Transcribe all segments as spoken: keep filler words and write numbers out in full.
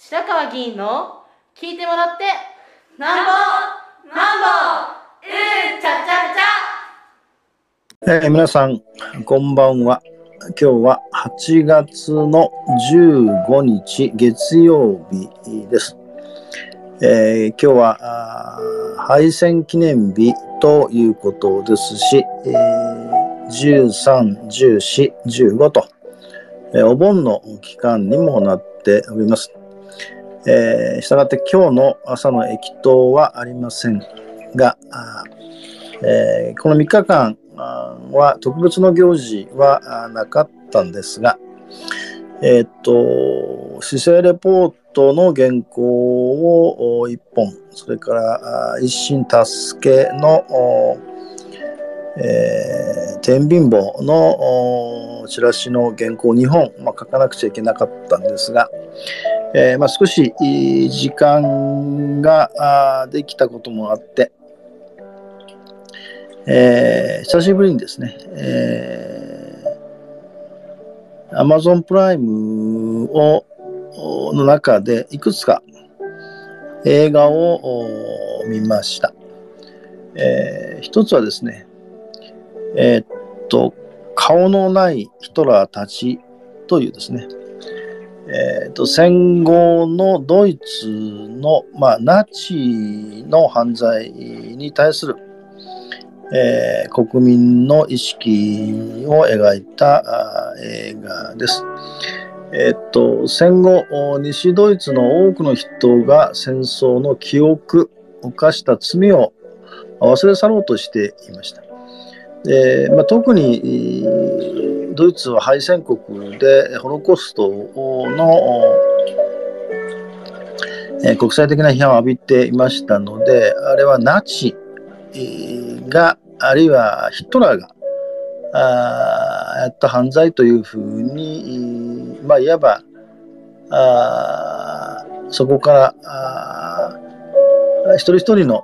白川議員の聞いてもらってなんぼなんぼうんちゃちゃちゃ、えー、皆さんこんばんは。今日ははちがつのじゅうごにち月曜日です。えー、今日は敗戦記念日ということですし、えー、じゅうさん、じゅうよん、じゅうごと、えー、お盆の期間にもなっております。えー、したがって今日の朝の駅頭はありませんが、えー、このみっかかんは特別の行事はなかったんですが、えー、っと市政レポートの原稿をいっぽん、それから一心助けの、えー、天秤棒のチラシの原稿にほん、まあ、書かなくちゃいけなかったんですが、えーまあ、少し時間ができたこともあって、えー、久しぶりにですね、えー、Amazon プライムをの中でいくつか映画を見ました。えー、一つはですね、えー、っと顔のないヒトラーたちというですね、えー、と戦後のドイツの、まあ、ナチの犯罪に対する、えー、国民の意識を描いた映画です。えー、と戦後西ドイツの多くの人が戦争の記憶、犯した罪を忘れ去ろうとしていました。でまあ、特にドイツは敗戦国でホロコーストの国際的な批判を浴びていましたので、あれはナチがあるいはヒトラーがやった犯罪というふうに、まあ、いわばあそこから一人一人の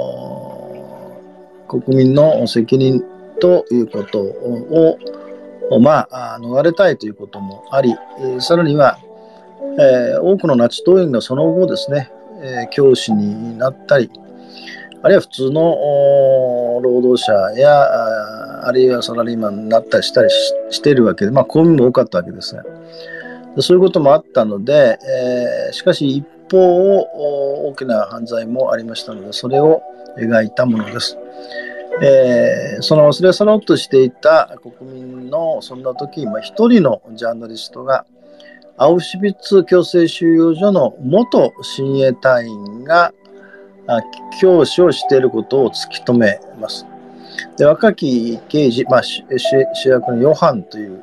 国民の責任ということを、まあ、逃れたいということもあり、さらには、えー、多くのナチ党員がその後ですね、えー、教師になったり、あるいは普通の労働者やあるいはサラリーマンになったりしたり し, しているわけで、まあ、公務員も多かったわけですね。でそういうこともあったので、えー、しかし一方大きな犯罪もありましたので、それを描いたものです。えー、その忘れ去ろうとしていた国民のそんな時、まあ、一人のジャーナリストがアウシュビッツ強制収容所の元親衛隊員が教師をしていることを突き止めます。で若き刑事、まあ、主役のヨハンという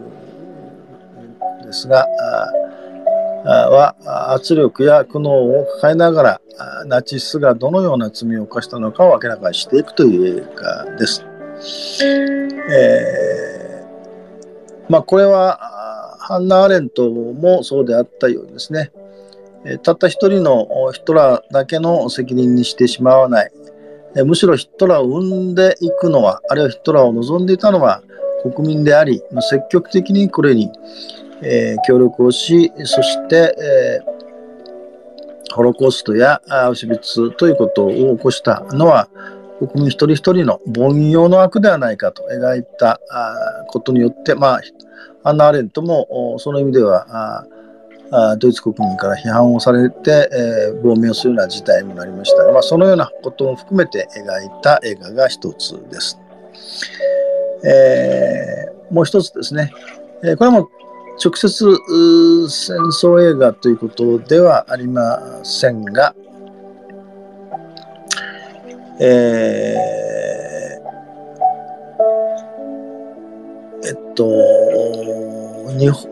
ですがは圧力や苦悩を抱えながらナチスがどのような罪を犯したのかを明らかにしていくという映画です。えーまあ、これはハンナ・アレントもそうであったようにですね、たった一人のヒトラーだけの責任にしてしまわない、むしろヒトラーを生んでいくのは、あるいはヒトラーを望んでいたのは国民であり、積極的にこれに、えー、協力をし、そして、えー、ホロコーストやアウシュビッツということを起こしたのは国民一人一人の凡庸の悪ではないかと描いたことによって、まあ、ハンナ・アレントもその意味ではドイツ国民から批判をされて、えー、亡命するような事態になりましたが、まあ、そのようなことも含めて描いた映画が一つです。えー、もう一つですね、えー、これも直接戦争映画ということではありませんが、えー、えっと日本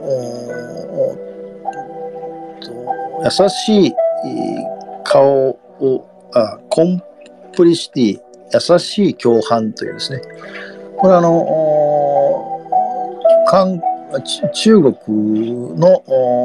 優しい顔をあコンプリシティ、優しい共犯というですね、これはあの韓中国の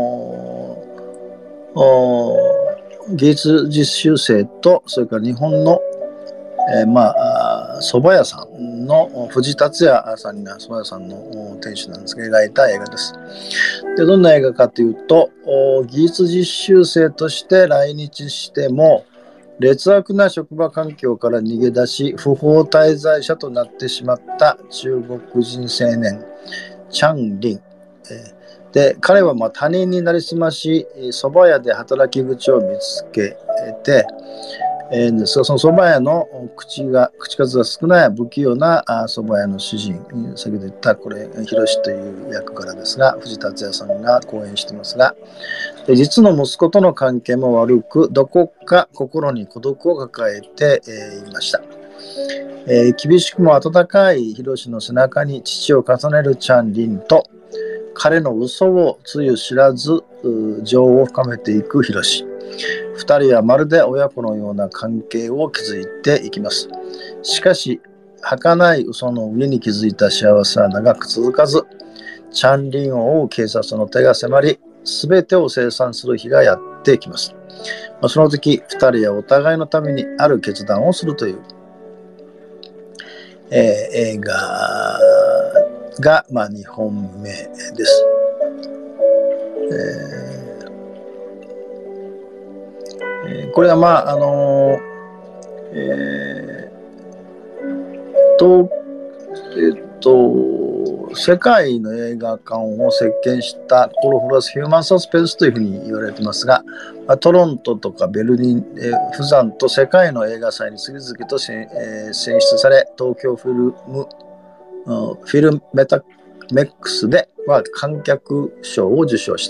芸術実習生とそれから日本の、えー、まあ蕎麦屋さんの藤達也さんが蕎麦屋さんの店主なんですが描いた映画です。でどんな映画かというと、技術実習生として来日しても劣悪な職場環境から逃げ出し不法滞在者となってしまった中国人青年チャン・リン。で彼はまあ他人になりすまし蕎麦屋で働き口を見つけて、えー、その蕎麦屋の口が口数が少ない不器用な蕎麦屋の主人、先ほど言ったこれヒロシという役柄ですが、藤達也さんが講演していますが、で実の息子との関係も悪く、どこか心に孤独を抱えて、えー、いました。えー、厳しくも温かいヒロシの背中に父を重ねるチャン・リンと、彼の嘘をつゆ知らず情を深めていくヒロシ。二人はまるで親子のような関係を築いていきます。しかし儚い嘘の上に築いた幸せは長く続かず、チャン・リンを追う警察の手が迫り、全てを清算する日がやってきます。その時二人はお互いのためにある決断をするという、えー、映画が、まあ、にほんめです。えーこれはまああのえー、とえっと世界の映画館を席巻した心震わすヒューマンサスペンスというふうに言われてますが、トロントとかベルリン、えー、釜山と世界の映画祭に次々と、えー、選出され、東京フィルムフィルメタメックスでは観客賞を受賞した。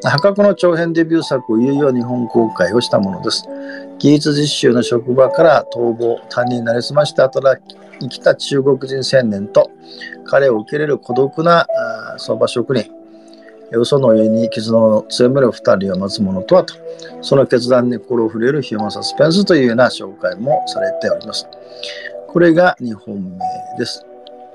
破格の長編デビュー作をいよいよ日本公開をしたものです。技術実習の職場から逃亡、他人になりすまして働きに来た中国人青年と、彼を受け入れる孤独な蕎麦職人、嘘の上に絆を強める二人を待つものとはと、その決断に心を触れるヒューマンサスペンスというような紹介もされております。これがにほんめです。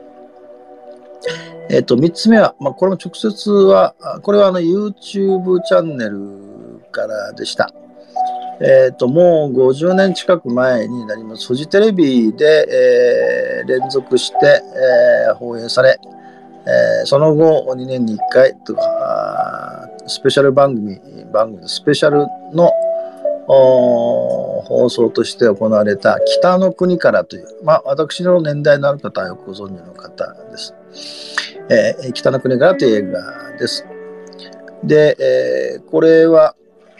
えっと、みっつめは、まあ、これも直接は、これはあの YouTube チャンネルからでした。えっと、もうごじゅうねん近く前になります。フジテレビで、えー、連続して、えー、放映され、えー、その後にねんにいっかいとか、スペシャル番組、番組スペシャルの放送として行われた北の国からという、まあ、私の年代のある方はよくご存知の方です。えー、北の国からという映画です。で、えー、これは、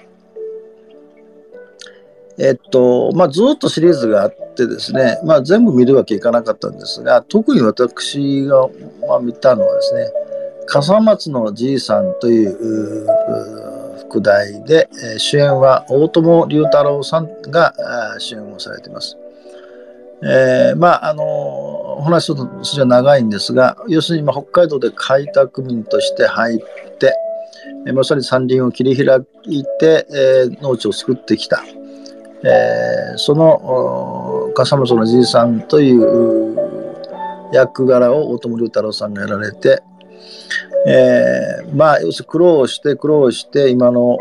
えっと、まあ、ずっとシリーズがあってですね、まあ、全部見るわけいかなかったんですが、特に私が、まあ、見たのはですね、笠松のじいさんという副題で、主演は大友龍太郎さんが主演をされています。えー、まああのお話すると筋は長いんですが、要するに今北海道で開拓民として入って、まさに山林を切り開いて、えー、農地を作ってきた、えー、その笠松のじいさんという役柄を大友龍太郎さんがやられて、えー、まあ要するに苦労して苦労して今の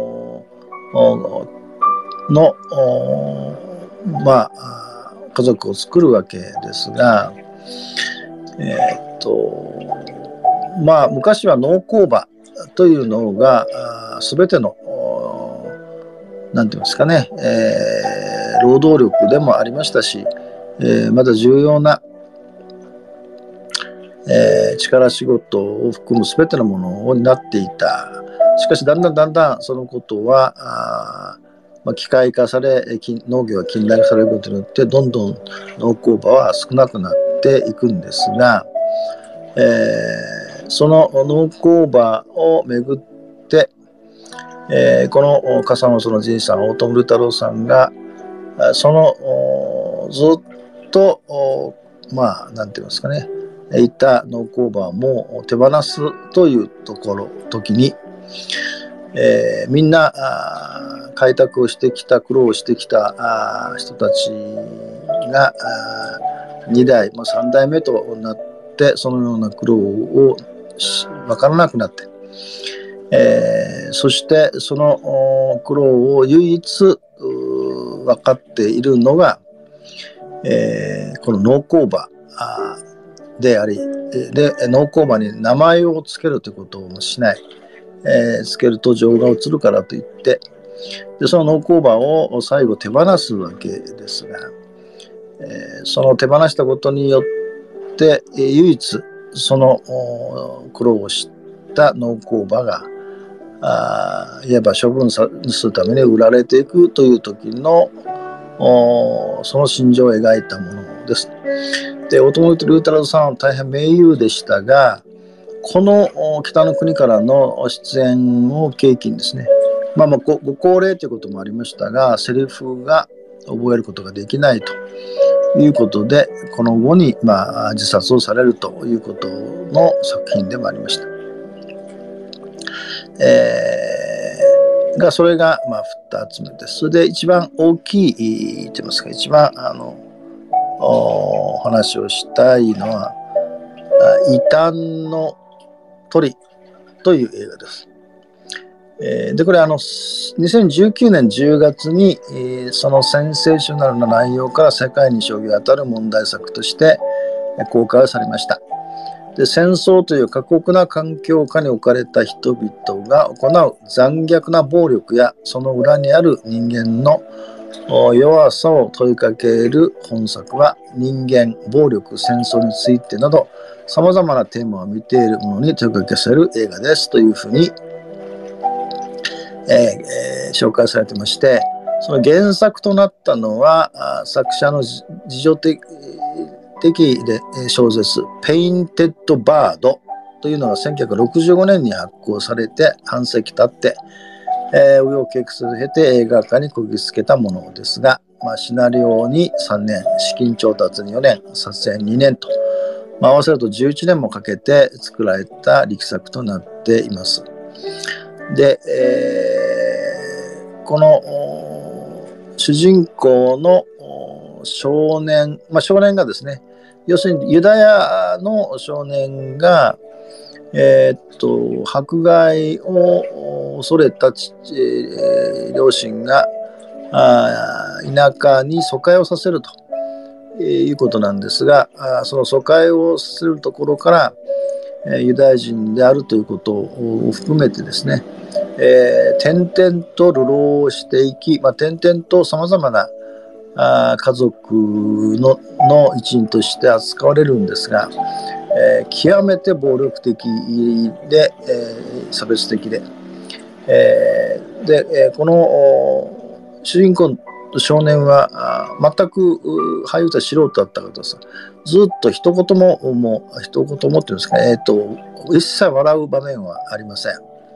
のまあ家族を作るわけですが、えー、っとまあ昔は農耕馬というのが全てのなんて言いますかね、えー、労働力でもありましたし、えー、また重要な、えー、力仕事を含む全てのものを担っていた。しかしだんだんだんだんそのことはあまあ、機械化され農業が近代化されることによってどんどん農耕馬は少なくなっていくんですが、えー、その農耕馬をめぐって、えー、この笠松のじいさん大友龍太郎さんがそのずっとまあなんて言いますかねいた農耕馬も手放すというところ時に、えー、みんな開拓をしてきた苦労をしてきた人たちがにだい、まあ、さんだいめとなってそのような苦労を分からなくなって、えー、そしてその苦労を唯一分かっているのが、えー、この農耕馬であり、で農耕馬に名前を付けるということをしない、えー、付けると情が移るからといって、でその農耕馬を最後手放すわけですが、えー、その手放したことによって、えー、唯一その苦労をした農耕馬があいわば処分するために売られていくという時のその心情を描いたものです。で、オトモリト・ルータラドさんは大変名優でしたが、この北の国からの出演を契機にですね、まあまあ ご, ご高齢ということもありましたが、セリフが覚えることができないということで、この後にまあ自殺をされるということの作品でもありました。えー、がそれがまあふたつめです。それで一番大きいと言いますか、一番あのお話をしたいのは異端の鳥という映画です。えー、でこれあのにせんじゅうきゅうねんじゅうがつに、えー、そのセンセーショナルな内容から世界に衝撃を与える問題作として公開されました。で戦争という過酷な環境下に置かれた人々が行う残虐な暴力やその裏にある人間の弱さを問いかける本作は、人間、暴力、戦争についてなどさまざまなテーマを見ているものに問いかけされる映画ですというふうに、えーえー、紹介されてまして、その原作となったのは作者の自助的的で小説「ペインテッド・バード」というのがせんきゅうひゃくろくじゅうごねんに発行されて半世紀経って、えー、紆余曲折を経て映画化にこぎつけたものですが、まあ、シナリオにさんねん、資金調達によねん、撮影にねんと、まあ、合わせるとじゅういちねんもかけて作られた力作となっています。で、えー、この主人公の少年、まあ、少年がですね、要するにユダヤの少年が、えー、っと迫害を恐れたち、えー、両親があ田舎に疎開をさせると、えー、いうことなんですが、あその疎開をするところから、えー、ユダヤ人であるということを含めてですね、えー、点々と流浪していき、まあ、点々とさまざまなあ家族 の, の一員として扱われるんですが、えー、極めて暴力的で、えー、差別的で、えー、で、えー、この主人公の少年は全く俳優とは素人だった方さ、ずっと一言ももう一言もっていうんですか、えー、と一切笑う場面はありません。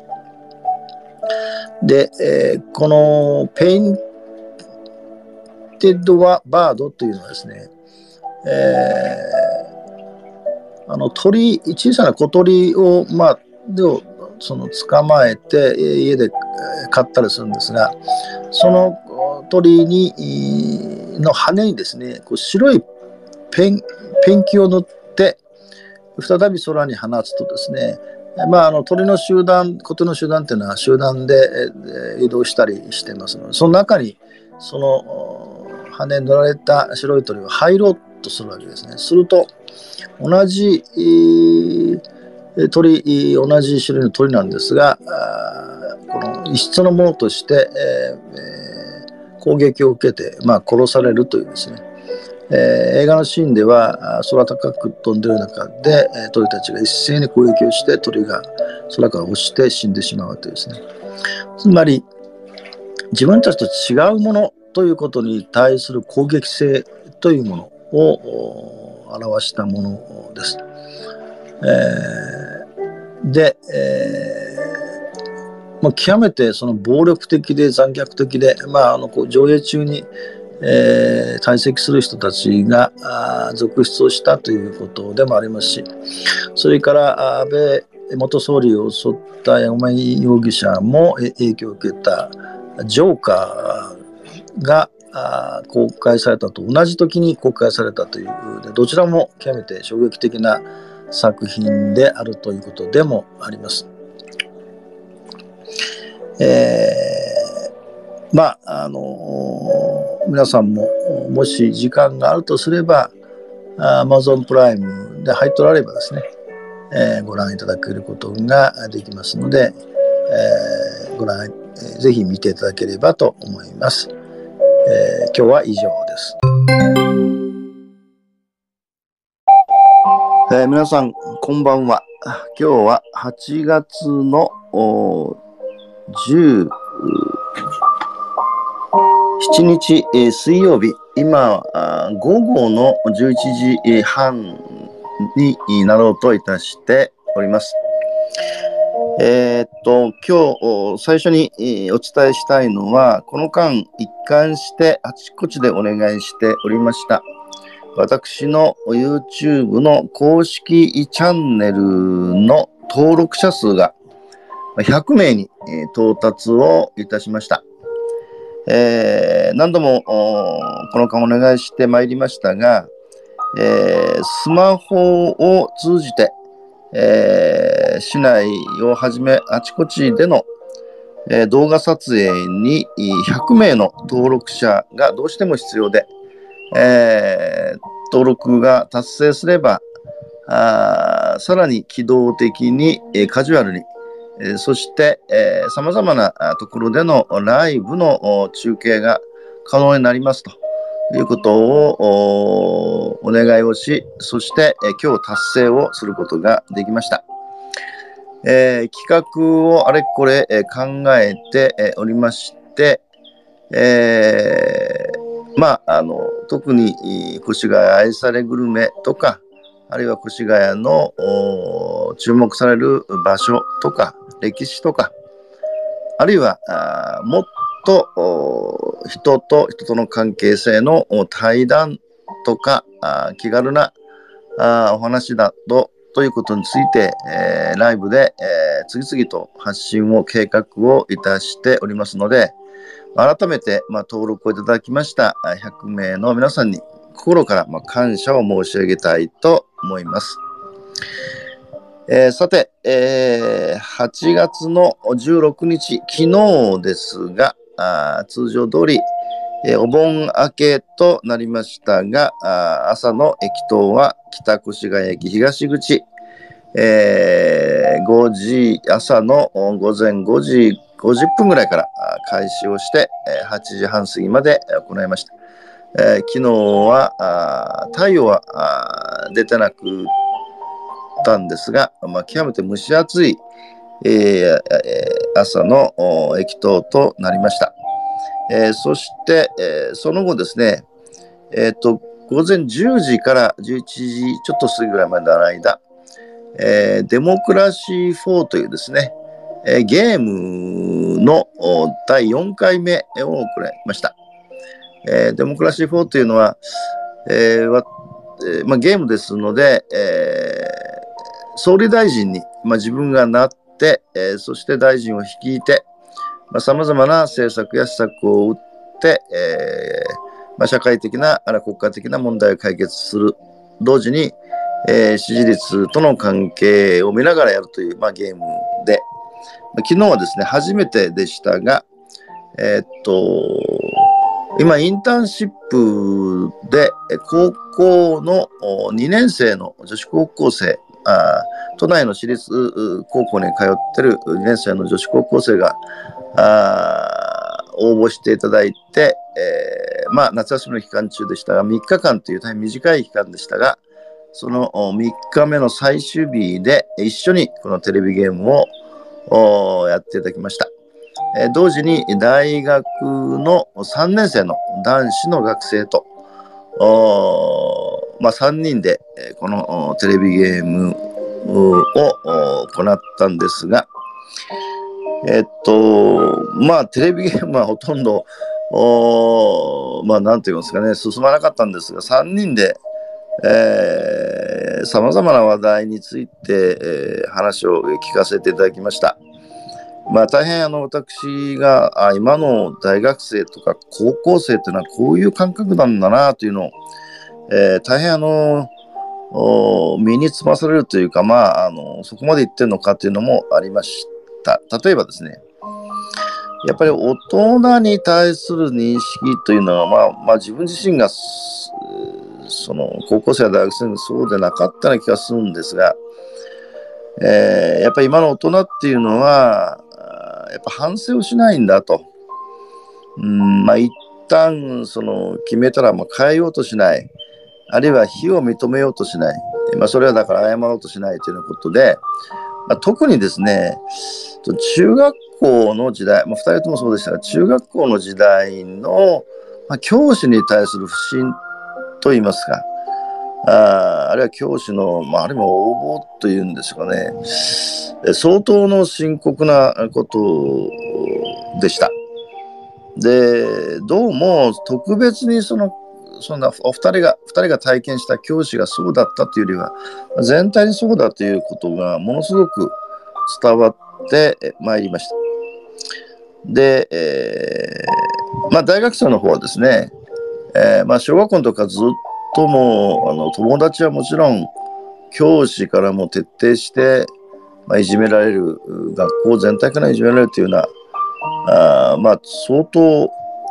で、えー、このペインテッドバードというのはですね、えー、あの鳥、小さな小鳥を、まあ、でをその捕まえて家で飼ったりするんですが、その鳥にの羽にですね、こう白いペン、ペンキを塗って再び空に放つとですね、まあ、あの鳥の集団、小鳥の集団っていうのは集団で移動したりしてますので、その中にその羽に塗られた白い鳥が入ろうとするわけですね。すると同じ、えー、鳥、同じ種類の鳥なんですが、この異質のものとして、えー、攻撃を受けて、まあ、殺されるというですね、えー、映画のシーンでは空高く飛んでいる中で鳥たちが一斉に攻撃をして鳥が空から落ちて死んでしまうというですね、つまり自分たちと違うものということに対する攻撃性というものを表したものです。えー、で、えー、もう極めてその暴力的で残虐的で、まあ、あのこう上映中に、えー、退席する人たちが続出をしたということでもありますし、それから安倍元総理を襲った山上容疑者も影響を受けたジョーカーが公開されたと同じ時に公開されたという、どちらも極めて衝撃的な作品であるということでもあります。えー、まああの皆さんももし時間があるとすれば、 Amazon プライムで入っておらればですね、えーご覧いただけることができますので、えーご覧、えーぜひ見ていただければと思います。えー今日は以上です。えー皆さん、こんばんは。今日ははちがつのじゅうしちにち、えー水曜日、今、あ午後のじゅういちじはんになろうといたしております。えーっと、今日最初にえーお伝えしたいのは、この間一貫してあちこちでお願いしておりました。私の YouTube の公式チャンネルの登録者数がひゃくめいにえー到達をいたしました。えー何度もおこの間お願いしてまいりましたが、えースマホを通じて、えー市内をはじめあちこちでの、えー動画撮影にひゃくめいの登録者がどうしても必要で、えー登録が達成すれば、あーさらに機動的に、えーカジュアルに、えーそしてさまざまなあところでのライブのお中継が可能になりますということを お, お願いをし、そして、えー今日達成をすることができました。えー企画をあれこれ、えー考えて、えーおりまして、えーまあ、あの特にいー越谷愛されグルメとか、あるいは越谷のお注目される場所とか歴史とか、あるいはあーもっとお人と人との関係性のお対談とか、あー気軽なあーお話だとということについて、えーライブで、えー次々と発信を計画をいたしておりますので、改めて、まあ、登録をいただきましたあひゃくめいの皆さんに心から、まあ、感謝を申し上げたいと思います。えーさて、えーはちがつのじゅうろくにち、昨日ですが、あー通常通り、えーお盆明けとなりましたが、あー朝の駅頭は北越谷駅東口、えーごじ、朝のおごぜんごじごじゅっぷんぐらいからあー開始をして、えーはちじはん過ぎまでえー行いました。えー昨日はあー太陽はあー出てなくったんですが、まあ、極めて蒸し暑い、えーえー朝のお駅頭となりました。えーそして、えーその後ですね、えーと午前じゅうじからじゅういちじちょっと過ぎぐらいまでの間、えーデモクラシーフォーというですね、えーゲームのおだいよんかいめを行いました。えーデモクラシーフォーというのは、えーわえーまあ、ゲームですので、えー総理大臣に、まあ、自分がなって、えーそして大臣を率いて、さまざ、まな政策や施策を打って、えーまあ、社会的な、あるいは国家的な問題を解決する。同時に、えー支持率との関係を見ながらやるという、まあ、ゲームで、まあ昨日はですね、初めてでしたが、えーっと、今、インターンシップでえ高校のおにねんせいの女子高校生、あー都内の私立う高校に通ってるにねんせいの女子高校生があー応募していただいて、えーまあ、夏休みの期間中でしたが、みっかかんという大変短い期間でしたが、そのおみっかめの最終日で一緒にこのテレビゲームをおやっていただきました。えー同時に大学のさんねんせいの男子の学生と、おーまあ、さんにんでえーこのおテレビゲームをお行ったんですが、えっと、まあ、テレビゲームはほとんど、おーまあ、なんて言いますかね、進まなかったんですが、さんにんで、えー、様々な話題について、えー話を聞かせていただきました。まあ、大変あの私があ今の大学生とか高校生というのはこういう感覚なんだなというのを、えー大変あのお身につまされるというか、まあ、あのそこまで言ってるのかというのもありました。例えばですね、やっぱり大人に対する認識というのは、まあ、まあ自分自身がすその高校生や大学生もそうでなかったような気がするんですが、えー、やっぱり今の大人っていうのはやっぱ反省をしないんだと。うん、まあ一旦その決めたらまあ変えようとしない、あるいは非を認めようとしない、まあ、それはだから謝ろうとしないというようなことで、まあ、特にですね中学校の時代、まあ、ふたりともそうでしたが、中学校の時代の、まあ、教師に対する不信といいますか、あ, あるいは教師の、まあ、あるいは横暴というんですかね、相当の深刻なことでした。で、どうも特別にそのそんなお二人が二人が体験した教師がそうだったというよりは、全体にそうだということがものすごく伝わってまいりました。で、えー、まあ大学生の方はですね、えー、まあ小学校の時からずっともうあの友達はもちろん教師からも徹底して、まあ、いじめられる、学校全体からいじめられるというような、あまあ相当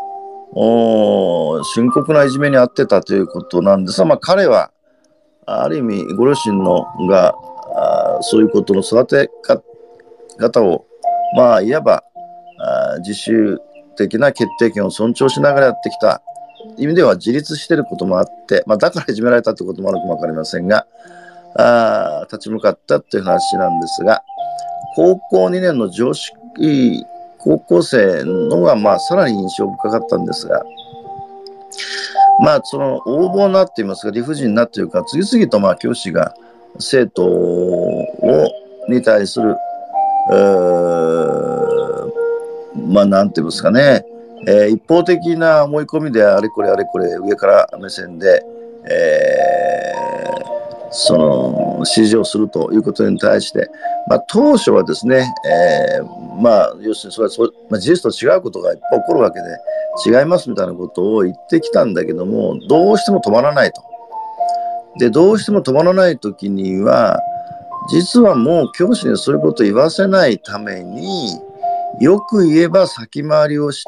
深刻ないじめに遭ってたということなんですが、まあ、彼はある意味ご両親のがそういうことの育て方をまあいわば自主的な決定権を尊重しながらやってきた意味では自立していることもあって、まあ、だからいじめられたということもあるかも分かりませんが、あ立ち向かったという話なんですが、高校にねんの常識高校生のがまあさらに印象深かったんですが、まあその横暴なっていいますか理不尽なというか、次々とまあ教師が生徒をに対するまあなんていうんですかね、えー、一方的な思い込みであれこれあれこれ上から目線で、えー、その指示をするということに対して、まあ、当初はですね、えー、まあ要するにそれはそ、まあ、事実と違うことがいっぱい起こるわけで違いますみたいなことを言ってきたんだけども、どうしても止まらないと。でどうしても止まらない時には実はもう教師にそういうことを言わせないためによく言えば先回りをして、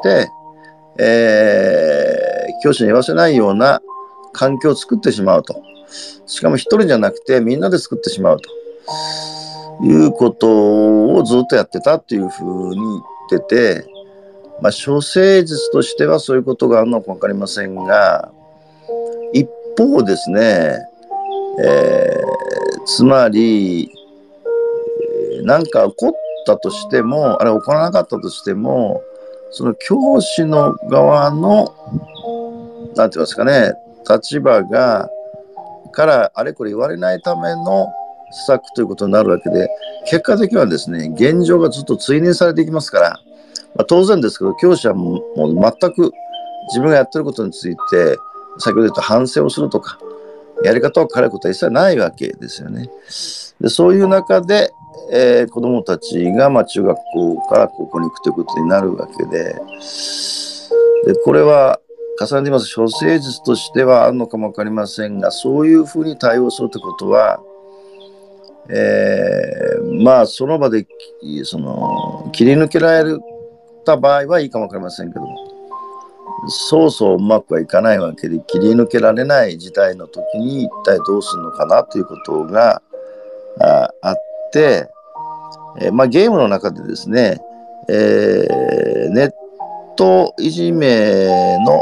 えー、教師に言わせないような環境を作ってしまうと。しかも一人じゃなくてみんなで作ってしまうということをずっとやってたっていうふうに言ってて、まあ処世術としてはそういうことがあるのか分かりませんが、一方ですね、えー、つまり何か起こったとしても、あれ起こらなかったとしても、その教師の側のなんて言いますかね、立場がからあれこれ言われないための施策ということになるわけで、結果的にはですね現状がずっと追認されていきますから、まあ、当然ですけど教師はもう全く自分がやってることについて先ほど言った反省をするとかやり方を変えることは一切ないわけですよね。でそういう中で、えー、子どもたちがまあ中学校から高校に行くということになるわけで、でこれは重ねて言います処世術としてはあるのかも分かりませんが、そういうふうに対応するということは、えー、まあその場でその切り抜けられた場合はいいかも分かりませんけども、そうそううまくはいかないわけで、切り抜けられない事態の時に一体どうするのかなということが あ, あって、えーまあ、ゲームの中でですね、えー、ネットいじめの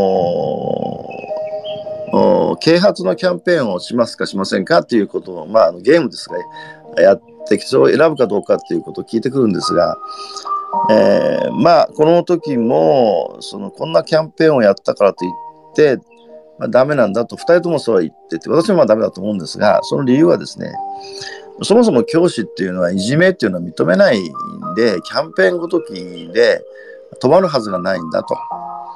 啓発のキャンペーンをしますかしませんかということを、まあ、ゲームですがやってそれを選ぶかどうかということを聞いてくるんですが、えー、まあこの時もそのこんなキャンペーンをやったからといって、まあ、ダメなんだとふたりともそうは言ってて、私もまあダメだと思うんですが、その理由はですね、そもそも教師っていうのはいじめっていうのは認めないんで、キャンペーンごときで止まるはずがないんだと。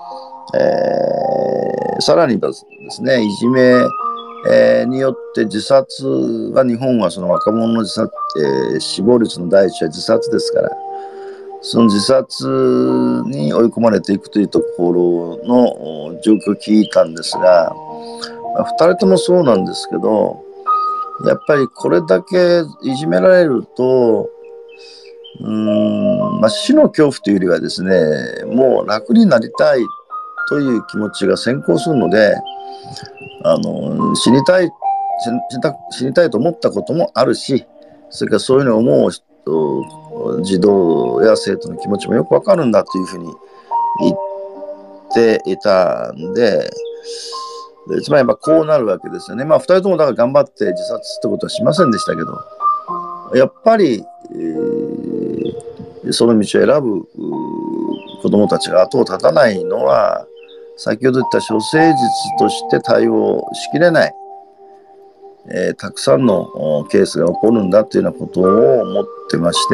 えー、さらにですね、いじめ、えー、によって自殺は日本はその若者の自殺、えー、死亡率の第一は自殺ですから、その自殺に追い込まれていくというところの状況を聞いたんですが、まあ、ふたりともそうなんですけど、やっぱりこれだけいじめられると、うーん、まあ、死の恐怖というよりはですね、もう楽になりたいという気持ちが先行するので、 あの死にたい死にた死にたいと思ったこともあるし、それからそういうのを思う人、児童や生徒の気持ちもよくわかるんだというふうに言っていたんで、つまりやっぱこうなるわけですよね。まあふたりともだから頑張って自殺ってことはしませんでしたけど、やっぱり、えー、その道を選ぶ子どもたちが後を絶たないのは、先ほど言った処世術として対応しきれない、えー、たくさんのケースが起こるんだというようなことを思ってまして、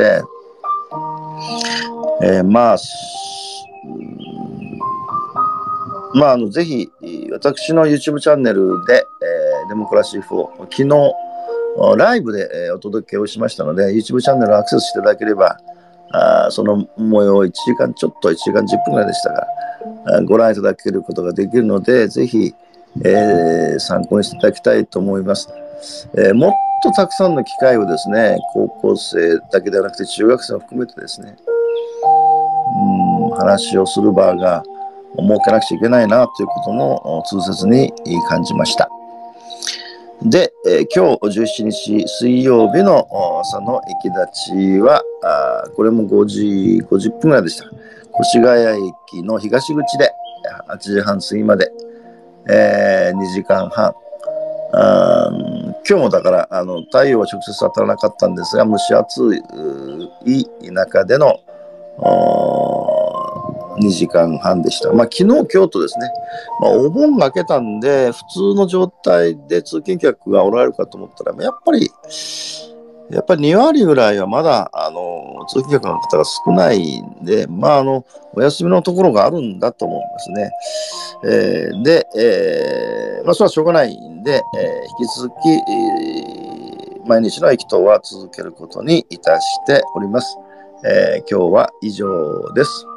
えー、まあ、まあ、あのぜひ私の YouTube チャンネルで、えー、デモクラシーフォー、昨日ライブで、えー、お届けをしましたので、 YouTube チャンネルをアクセスしていただければ、あその模様をいちじかんちょっと、いちじかんじゅっぷんぐらいでしたが、ご覧いただけることができるので、ぜひ、えー、参考にしていただきたいと思います。えー、もっとたくさんの機会をですね、高校生だけではなくて中学生を含めてですね、うん、話をする場が設けなくちゃいけないなということも痛切に感じました。で、えー、今日じゅうしちにち水曜日の朝の駅立ちは、あこれもごじごじゅっぷんぐらいでした。越谷駅の東口ではちじはん過ぎまで、えー、にじかんはん。あ今日もだからあの太陽は直接当たらなかったんですが、蒸し暑い中でのにじかんはんでした。まあ昨日今日とですね、まあ、お盆が明けたんで普通の状態で通勤客がおられるかと思ったら、やっぱりやっぱりにわりぐらいはまだあの通勤客の方が少ないんで、まああのお休みのところがあるんだと思いますね。えー、で、えー、まあそれはしょうがないんで、えー、引き続き、えー、毎日の駅頭は続けることにいたしております。えー、今日は以上です。